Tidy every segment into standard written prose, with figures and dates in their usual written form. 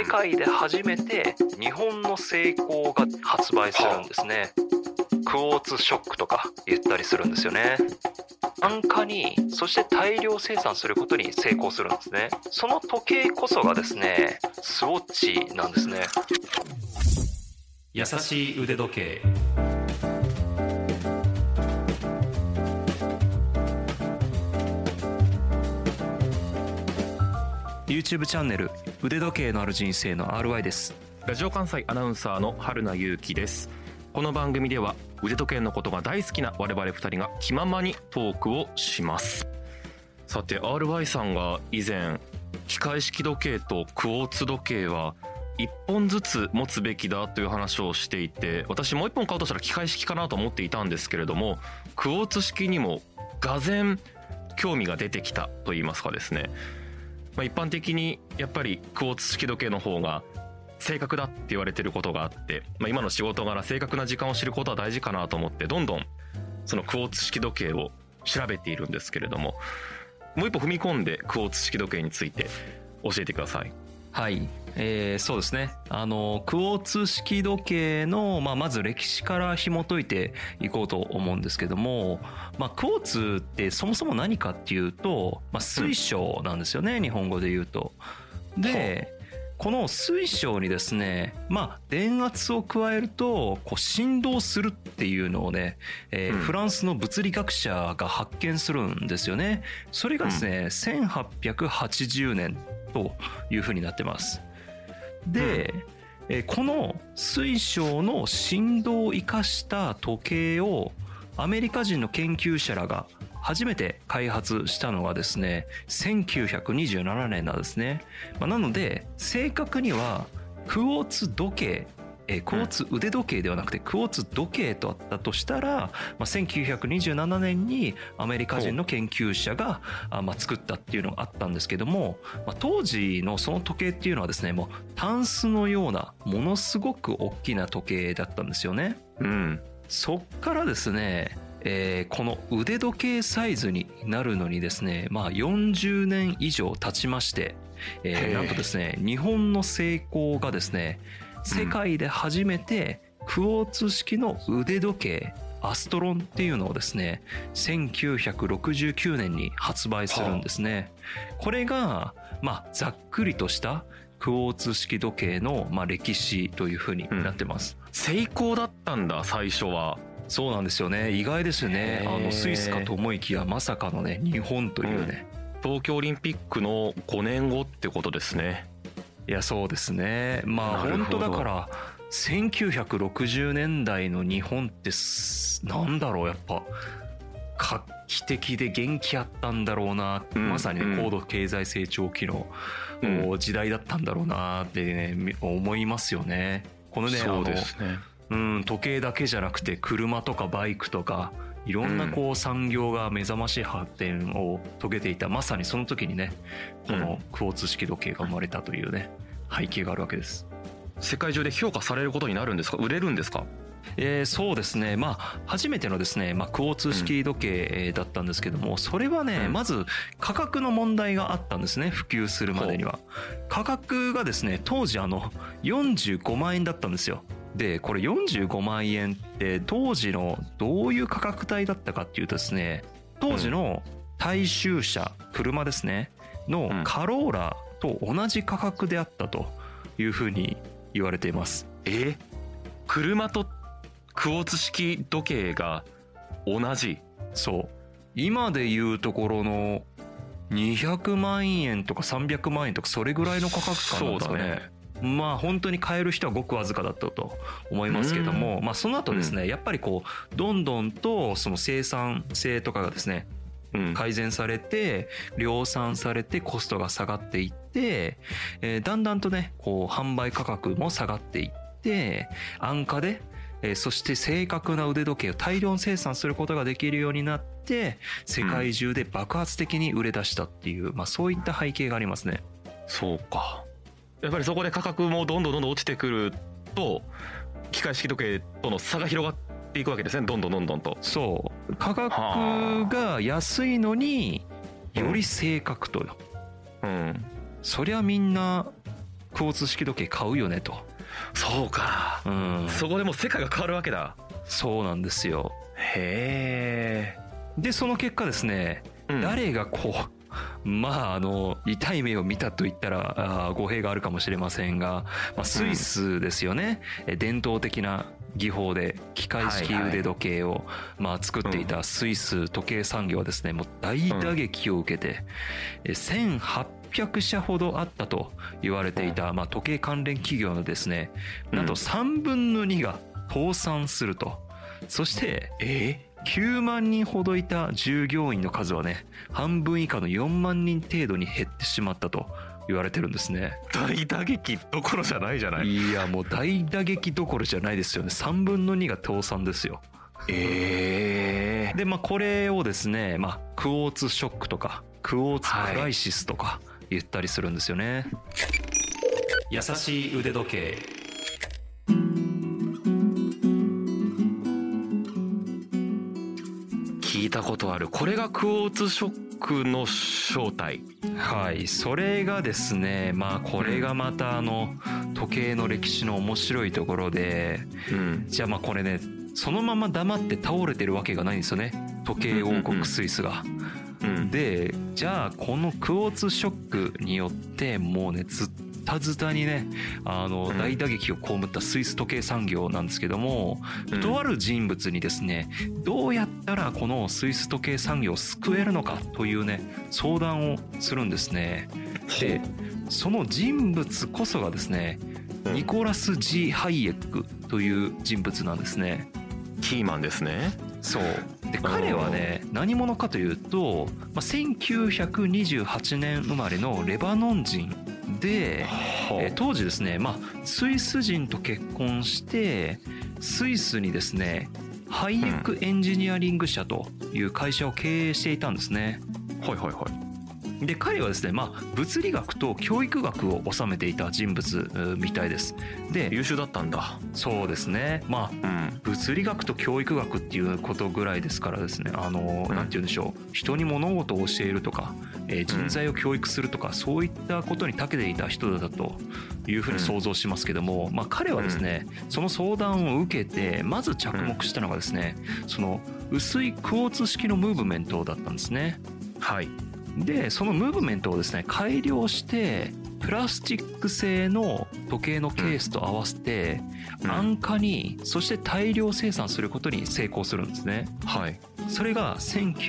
世界で初めて日本のセイコーが発売するんですね。クォーツショックとか言ったりするんですよね。安価に、そして大量生産することに成功するんですね。その時計こそがですね、スウォッチなんですね。 優しい腕時計。YouTube チャンネル腕時計のある人生の RY です。 ラジオ関西アナウンサーの春名優紀です。この番組では腕時計のことが大好きな我々2人が気ままにトークをします。さて RY さんが以前機械式時計とクォーツ時計は1本ずつ持つべきだという話をしていて、私もう1本買うとしたら機械式かなと思っていたんですけれども、クォーツ式にもがぜん興味が出てきたといいますかですね、一般的にやっぱりクォーツ式時計の方が正確だって言われてることがあって、今の仕事柄正確な時間を知ることは大事かなと思ってどんどんそのクォーツ式時計を調べているんですけれども、もう一歩踏み込んでクォーツ式時計について教えてください。 はい、そうですね。クォーツ式時計の、まず歴史から紐解いていこうと思うんですけども、クォーツってそもそも何かっていうと、水晶なんですよね、日本語で言うと。で、この水晶にですね、電圧を加えるとこう振動するっていうのをね、フランスの物理学者が発見するんですよね。それがですね、1880年というふうになってます。で、この水晶の振動を生かした時計をアメリカ人の研究者らが初めて開発したのがですね、1927年なんですね。なので正確にはクォーツ時計、クォーツ腕時計ではなくてクォーツ時計とあったとしたら、1927年にアメリカ人の研究者が作ったっていうのがあったんですけども、当時のその時計っていうのはですね、もうタンスのようなものすごく大きな時計だったんですよね。そっからですね、この腕時計サイズになるのにですね、40年以上経ちまして、なんとですね、日本のセイコーがですね、世界で初めてクォーツ式の腕時計アストロンっていうのをですね、1969年に発売するんですね。これがざっくりとしたクォーツ式時計の歴史というふうになってます。 セイコーだったんだ最初は。 そうなんですよね。意外ですよね。スイスかと思いきやまさかのね、日本というね、 東京オリンピックの5年後ってことですね。 いや、そうですね。本当だから1960年代の日本ってなんだろう、やっぱ画期的で元気あったんだろうな、まさにね、高度経済成長期の時代だったんだろうなってね、思いますよね。このね、 そうですね。 時計だけじゃなくて車とかバイクとかいろんな産業が目覚ましい発展を遂げていた、まさにその時にね、このクォーツ式時計が生まれたというね、背景があるわけです。 世界中で評価されることになるんですか？売れるんですか？ そうですね。初めてのですね、クォーツ式時計だったんですけども、それはね、まず価格の問題があったんですね。普及するまでには価格がですね、当時45万円だったんですよ。で、これ45万円って当時のどういう価格帯だったかっていうとですね、当時の大衆車、車ですねのカローラと同じ価格であったというふうに言われています。 車とクォーツ式時計が同じ？ そう。今でいうところの200万円とか300万円とかそれぐらいの価格感なんですかね。本当に買える人はごくわずかだったと思いますけども、その後ですね、やっぱりどんどんとその生産性とかがですね、改善されて量産されてコストが下がっていって、だんだんとね、販売価格も下がっていって、安価でそして正確な腕時計を大量生産することができるようになって、世界中で爆発的に売れ出したっていう、そういった背景がありますね。 そうか。やっぱりそこで価格もどんどん落ちてくると、機械式時計との差が広がっていくわけですね。どんどんと。 そう。価格が安いのにより正確と。そりゃみんなクォーツ式時計買うよねと。 そうか、そこでもう世界が変わるわけだ。 そうなんですよ。 へえ。 でその結果ですね、誰がこう痛い目を見たと言ったら語弊があるかもしれませんが、スイスですよね、伝統的な技法で機械式腕時計を作っていたスイス時計産業はですね、もう大打撃を受けて、1800社ほどあったと言われていた時計関連企業のですね、なんと3分の2が倒産すると。そして9万人ほどいた従業員の数はね、半分以下の4万人程度に減ってしまったと言われてるんですね。 大打撃どころじゃないじゃない。 いやもう大打撃どころじゃないですよね。3分の2が倒産ですよ。でこれをですね、クォーツショックとかクォーツクライシスとか言ったりするんですよね。優しい腕時計。 聞いたことある。これがクォーツショックの正体。 はい、それがですね、これがまた時計の歴史の面白いところで、じゃあこれね、そのまま黙って倒れてるわけがないんですよね、時計王国スイスが。でじゃあこのクォーツショックによってもうね、ズタズタにね大打撃を被ったスイス時計産業なんですけども、とある人物にですね、どうやったらこのスイス時計産業を救えるのかというね相談をするんですね。でその人物こそがですね、ニコラス・G・ハイエックという人物なんですね。 キーマンですね。 そうで、彼はね何者かというと、1928年生まれのレバノン人で、当時ですね、スイス人と結婚してスイスにですねハイエックエンジニアリング社という会社を経営していたんですね。で彼はですね、物理学と教育学を収めていた人物みたいです。で優秀だったんだ。 そうですね、物理学と教育学っていうことぐらいですからですね、なんて言うんでしょう、人に物事を教えるとか、人材を教育するとか、そういったことに長けていた人だというふうに想像しますけども、彼はですね、その相談を受けてまず着目したのがですね、その薄いクォーツ式のムーブメントだったんですね。でそのムーブメントをですね改良してプラスチック製の時計のケースと合わせて安価に、そして大量生産することに成功するんですね。それが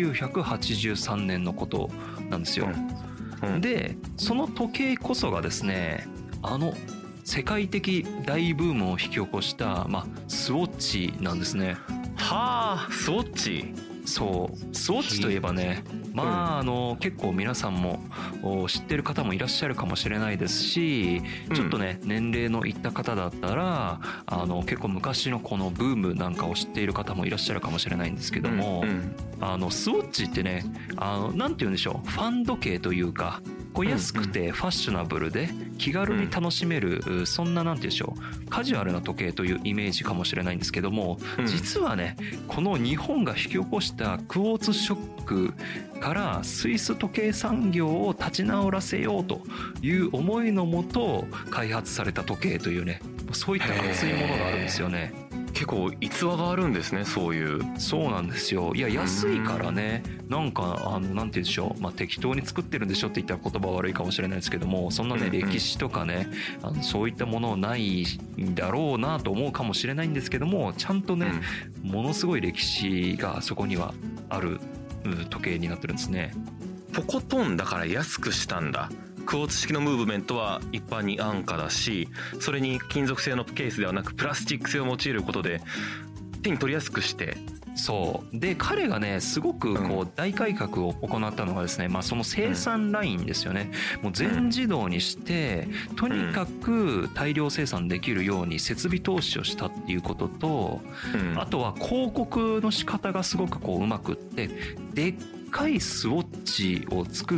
1983年のことなんですよ。でその時計こそがですね、世界的大ブームを引き起こした、スウォッチなんですね。 スウォッチ。 そうスウォッチといえばね、結構皆さんも知ってる方もいらっしゃるかもしれないですし、ちょっとね年齢のいった方だったら結構昔のこのブームなんかを知っている方もいらっしゃるかもしれないんですけども、スウォッチってねなんて言うんでしょう、ファン時計というか、安くてファッショナブルで気軽に楽しめる、そんななんて言うんでしょう、カジュアルな時計というイメージかもしれないんですけども、実はねこの日本が引き起こしたクォーツショックからスイス時計産業を立ち直らせようという思いのもと開発された時計というね、そういった熱いものがあるんですよね。 結構逸話があるんですね、そういう。 そうなんですよ。いや安いからね、なんかなんて言うんでしょう、適当に作ってるんでしょって言ったら言葉悪いかもしれないですけども、そんなね歴史とかねそういったものないんだろうなと思うかもしれないんですけども、ちゃんとね、ものすごい歴史がそこにはある時計になってるんですね。 とことんだから安くしたんだ。クォーツ式のムーブメントは一般に安価だし、それに金属製のケースではなくプラスチック製を用いることで手に取りやすくして。 そうで彼がねすごく大改革を行ったのがですね、その生産ラインですよね。もう全自動にしてとにかく大量生産できるように設備投資をしたっていうことと、あとは広告の仕方がすごくうまくって、でっかいスウォッチを作って、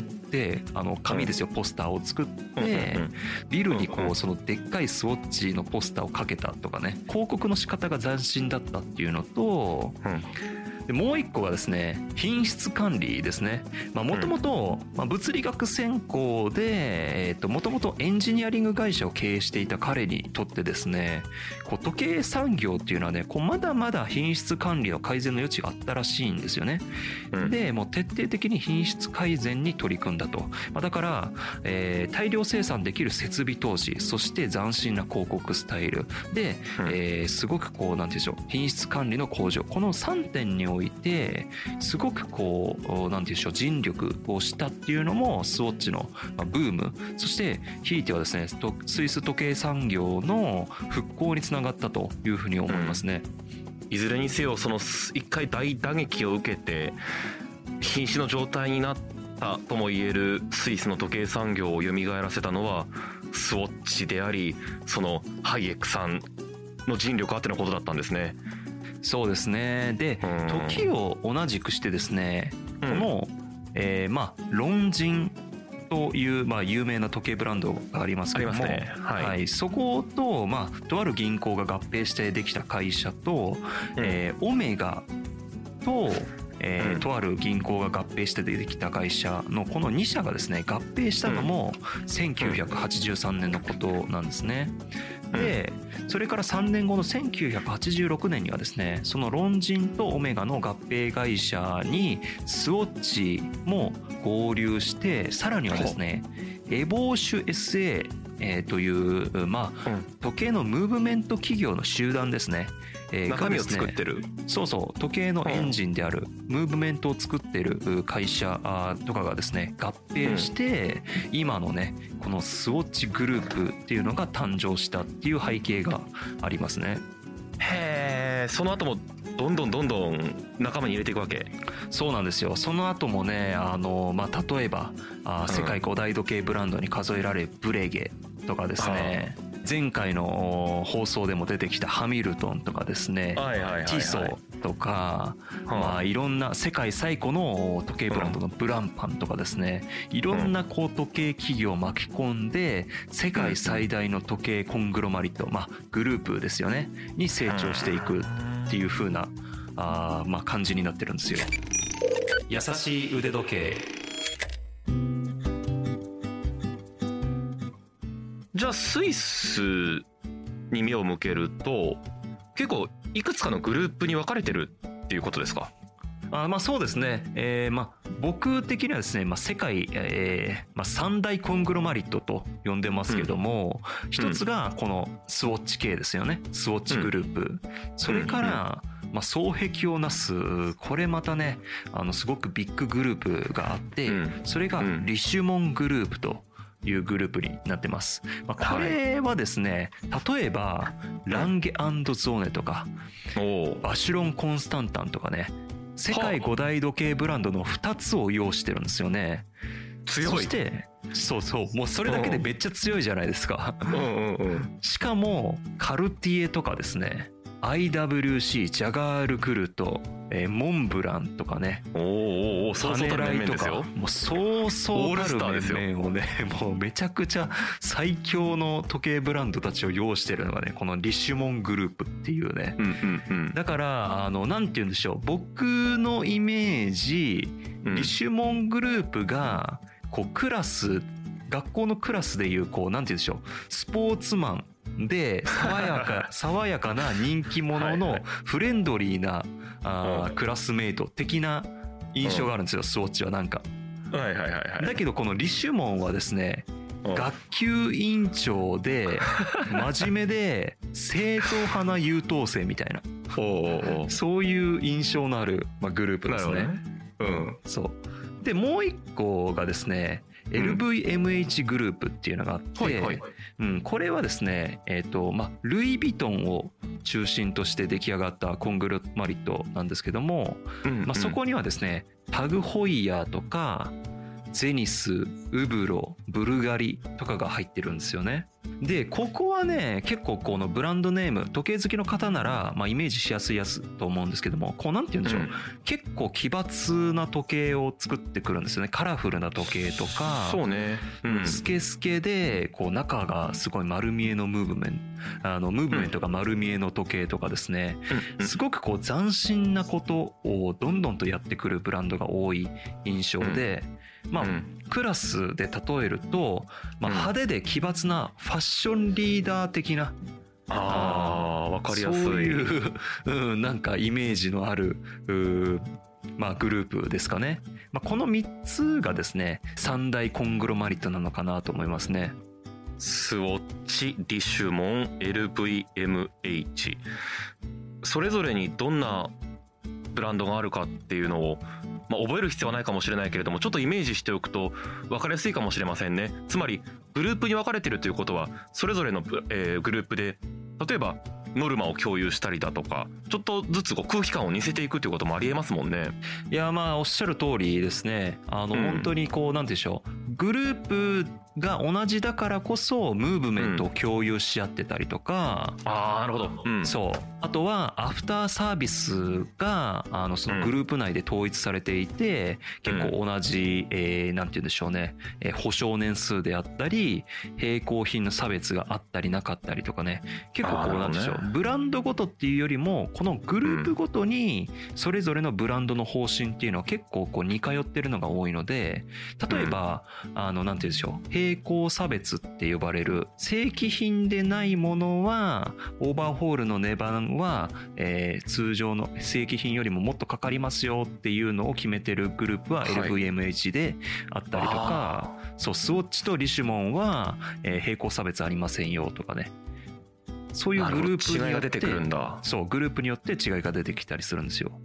紙ですよ、ポスターを作ってビルにそのでっかいスウォッチのポスターをかけたとかね、広告の仕方が斬新だったっていうのと、 でもう一個がですね品質管理ですね。もともと物理学専攻でもともとエンジニアリング会社を経営していた彼にとってですね、こう時計産業っていうのはねこうまだまだ品質管理の改善の余地があったらしいんですよね。でもう徹底的に品質改善に取り組んだと。だから、大量生産できる設備投資、そして斬新な広告スタイルで、すごくこうなんていうんでしょう、品質管理の向上、この3点においてすごくこうなんていうんでしょう、尽力をしたっていうのもスウォッチのブーム、そしてひいてはですねスイス時計産業の復興につながったというふうに思いますね。 いずれにせよその一回大打撃を受けて瀕死の状態になったとも言えるスイスの時計産業を蘇らせたのはスウォッチであり、そのハイエックさんの尽力あってのことだったんですね。 そうですね。で、時を同じくしてですね、この、ロンジンという、有名な時計ブランドがありますけども、 ね、はい、 そこと、とある銀行が合併してできた会社と、オメガと、とある銀行が合併して出てきた会社のこの2社がですね合併したのも1983年のことなんですね。でそれから3年後の1986年にはですね、そのロンジンとオメガの合併会社にスウォッチも合流して、さらにはですねエボーシュ SAという、時計のムーブメント企業の集団ですね。 中身を作ってる、 そう時計のエンジンであるムーブメントを作ってる会社とかがですね合併して、今のねこのスウォッチグループっていうのが誕生したっていう背景がありますね。 へえ、その後もどんどん仲間に入れていくわけ。 そうなんですよ。その後もね例えば世界5大時計ブランドに数えられるブレゲとかですね、前回の放送でも出てきたハミルトンとかですね、ティソとか、いろんな世界最古の時計ブランドのブランパンとかですね、いろんなこう時計企業を巻き込んで世界最大の時計コングロマリット、グループですよねに成長していくっていう風な感じになってるんですよ。優しい腕時計。 じゃあスイスに目を向けると結構いくつかのグループに分かれてるっていうことですか？ そうですね。僕的にはですね、世界、三大コングロマリットと呼んでますけども、一つがこのスウォッチ系ですよね。スウォッチグループ。それから、双璧をなすこれまたねすごくビッググループがあって、それがリシュモングループというグループになってます。これはですね、例えばランゲ&ゾーネとかバシュロン・コンスタンタンとかね、世界5大時計ブランドの2つを擁してるんですよね。 強い。 そしてもうそれだけでめっちゃ強いじゃないですか。しかもカルティエとかですね、IWC、ジャガールクルト、モンブランとかね、 そうそうたる面々ですよ。 もうそうそうたる面々をね、もうめちゃくちゃ最強の時計ブランドたちを擁してるのがねこのリシュモングループっていうね。だからなんて言うんでしょう、僕のイメージ、リシュモングループがこう学校のクラスでいうこうなんて言うんでしょう、スポーツマンで爽やかな人気者のフレンドリーなクラスメイト的な印象があるんですよ、スウォッチはなんか。だけどこのリシュモンはですね、学級委員長で真面目で正統派な優等生みたいなそういう印象のあるグループですね。そうでもう一個がですねLVMH グループっていうのがあって、これはですね、ルイ・ヴィトンを中心として出来上がったコングロマリットなんですけども、そこにはですねタグ・ホイヤーとかゼニス、ウブロ、 ブルガリとかが入ってるんですよね。でここはね結構このブランドネーム時計好きの方ならイメージしやすいやつと思うんですけども、こうなんて言うんでしょう、結構奇抜な時計を作ってくるんですよね。カラフルな時計とか、 そうね、 スケスケでこう中がすごい丸見えのムーブメントが丸見えの時計とかですね、すごくこう斬新なことをどんどんとやってくるブランドが多い印象で、クラスで例えると、派手で奇抜なファッションリーダー的な、 わかりやすい、 そういう、なんかイメージのあるグループですかね。この3つがですね三大コングロマリットなのかなと思いますね。 スウォッチ、リシュモン、LVMH、 それぞれにどんなブランドがあるかっていうのを、覚える必要はないかもしれないけれども、ちょっとイメージしておくと分かりやすいかもしれませんね。つまりグループに分かれているということは、それぞれのグループで例えばノルマを共有したりだとか、ちょっとずつ空気感を似せていくということもありえますもんね。 いやおっしゃる通りですね。本当にこうなんて言うんでしょう、グループが同じだからこそムーブメントを共有し合ってたりとか、 なるほど、 そうあとはアフターサービスがそのグループ内で統一されていて、結構同じ、なんて言うんでしょうね、保証年数であったり並行品の差別があったりなかったりとかね、結構こうなんでしょう、ブランドごとっていうよりもこのグループごとにそれぞれのブランドの方針っていうのは結構こう似通ってるのが多いので、例えばなんて言うんでしょう、並行差別って呼ばれる正規品でないものはオーバーホールの値段は、通常の正規品よりももっとかかりますよっていうのを決めてるグループは LVMH であったりとか、そうスウォッチとリシュモンは、並行差別ありませんよとかね、そういうグループによって違いが出てくるんだ。そうグループによって違いが出てきたりするんですよ。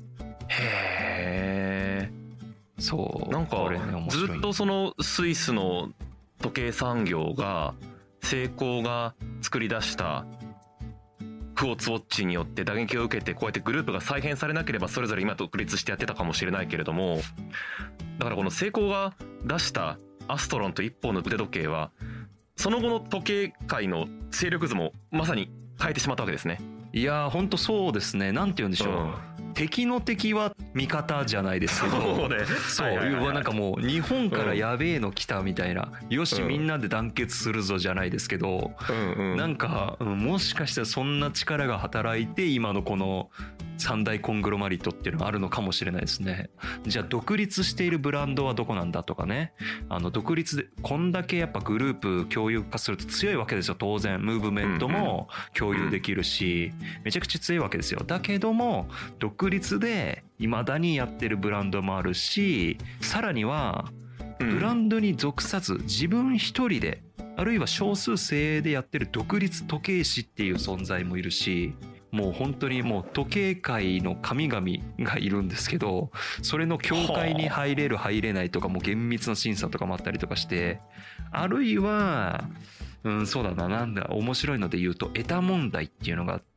へえ。 そうなんかこれね面白い。 ずっとそのスイスの時計産業がセイコーが作り出したクォーツウォッチによって打撃を受けて、こうやってグループが再編されなければそれぞれ今独立してやってたかもしれないけれども、だからこのセイコーが出したアストロンと一本の腕時計はその後の時計界の勢力図もまさに変えてしまったわけですね。 いやー本当そうですね。なんて言うんでしょう、敵の敵は味方じゃないですけど、 そうね、 そう、なんかもう日本からやべえの来たみたいな、よしみんなで団結するぞじゃないですけど、なんかもしかしたらそんな力が働いて今のこの三大コングロマリットっていうのがあるのかもしれないですね。じゃあ独立しているブランドはどこなんだとかね、独立でこんだけやっぱグループ共有化すると強いわけですよ。当然ムーブメントも共有できるし、めちゃくちゃ強いわけですよ。だけども独立で未だにやってるブランドもあるし、さらにはブランドに属さず自分一人で、あるいは少数精鋭でやってる独立時計師っていう存在もいるし、もう本当にもう時計界の神々がいるんですけど、それの境界に入れる入れないとかも厳密な審査とかもあったりとかして、あるいはそうだな、なんだ面白いので言うとエタ問題っていうのがあって、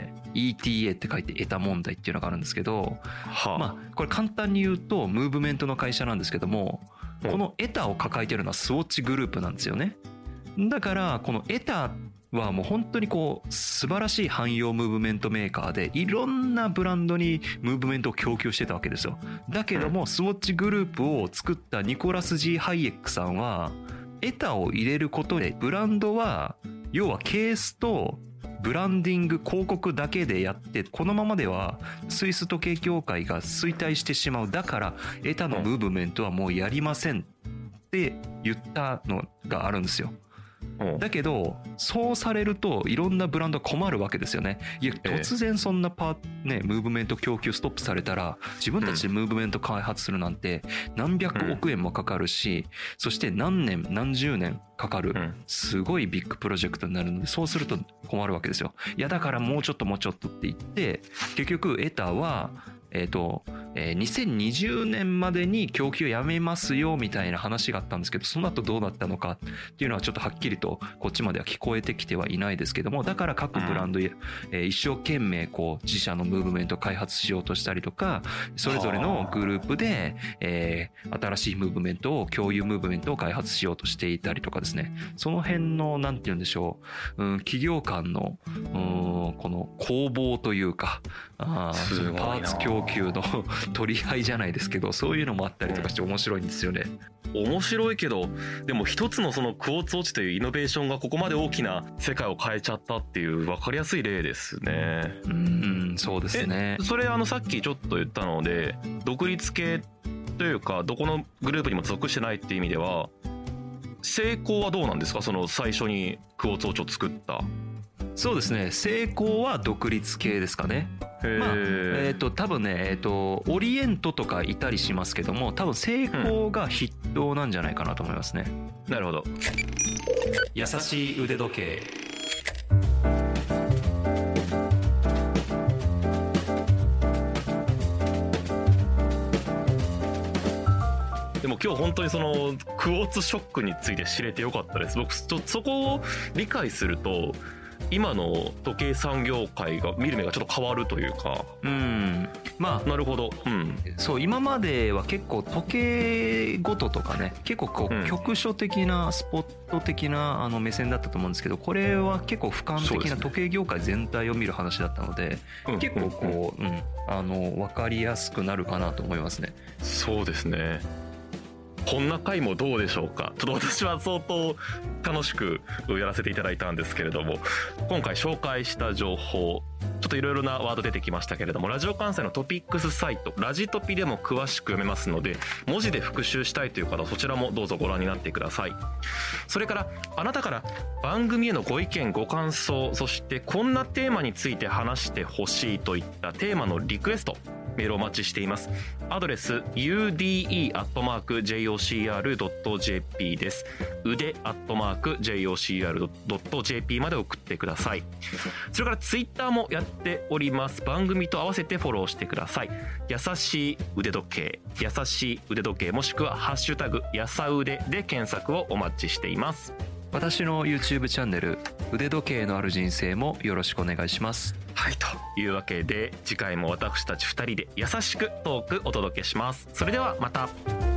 ETA って書いてエタ問題っていうのがあるんですけど、これ簡単に言うとムーブメントの会社なんですけども、このエタを抱えてるのはスウォッチグループなんですよね。だからこのエタはもう本当にこう素晴らしい汎用ムーブメントメーカーで、いろんなブランドにムーブメントを供給してたわけですよ。だけどもスウォッチグループを作ったニコラス・G・ハイエックさんはエタを入れることで、ブランドは要はケースとブランディング広告だけでやって、このままではスイス時計協会が衰退してしまう、だからエタのムーブメントはもうやりませんって言ったのがあるんですよ。だけどそうされるといろんなブランド困るわけですよね。いや突然そんなムーブメント供給ストップされたら自分たちでムーブメント開発するなんて何百億円もかかるし、そして何年何十年かかるすごいビッグプロジェクトになるので、そうすると困るわけですよ。いやだからもうちょっとって言って、結局エタは 2020年までに供給やめますよみたいな話があったんですけど、その後どうなったのかっていうのはちょっとはっきりとこっちまでは聞こえてきてはいないですけども、だから各ブランドや、一生懸命こう自社のムーブメントを開発しようとしたりとか、それぞれのグループで、新しいムーブメントを、共有ムーブメントを開発しようとしていたりとかですね、その辺のなんて言うんでしょう、企業間のこの攻防というか、そのパーツ供給の取り合いじゃないですけど、そういうのもあったりとかして面白いんですよね。 面白いけど、でも一つのそのクォーツウォッチというイノベーションがここまで大きな世界を変えちゃったっていう分かりやすい例ですね。 そうですね。 それさっきちょっと言ったので、独立系というかどこのグループにも属してないっていう意味では、成功はどうなんですか？その最初にクォーツウォッチを作った。 そうですね、成功は独立系ですかね。多分ね、オリエントとかいたりしますけども、多分成功が筆頭なんじゃないかなと思いますね。 なるほど。 優しい腕時計。 でも今日本当にそのクォーツショックについて知れてよかったです。僕そこを理解すると、今の時計産業界が見る目がちょっと変わるというか。 まあなるほど。 そう、今までは結構時計ごととかね、結構こう局所的なスポット的な目線だったと思うんですけど、これは結構俯瞰的な時計業界全体を見る話だったので、結構こう分かりやすくなるかなと思いますね。 そうですね。こんな回もどうでしょうか。ちょっと私は相当楽しくやらせていただいたんですけれども、今回紹介した情報、ちょっといろいろなワード出てきましたけれども、ラジオ関西のトピックスサイトラジトピでも詳しく読めますので、文字で復習したいという方はそちらもどうぞご覧になってください。それからあなたから番組へのご意見ご感想、そしてこんなテーマについて話してほしいといったテーマのリクエスト、メールをお待ちしています。アドレス ude@jocr.jp です。ude@jocr.jp まで送ってください。それからツイッターもやっております。番組と合わせてフォローしてください。優しい腕時計、優しい腕時計、もしくはハッシュタグやさうでで検索をお待ちしています。 私の YouTube チャンネル腕時計のある人生もよろしくお願いします。 はい、というわけで次回も私たち2人で優しくトークお届けします。それではまた。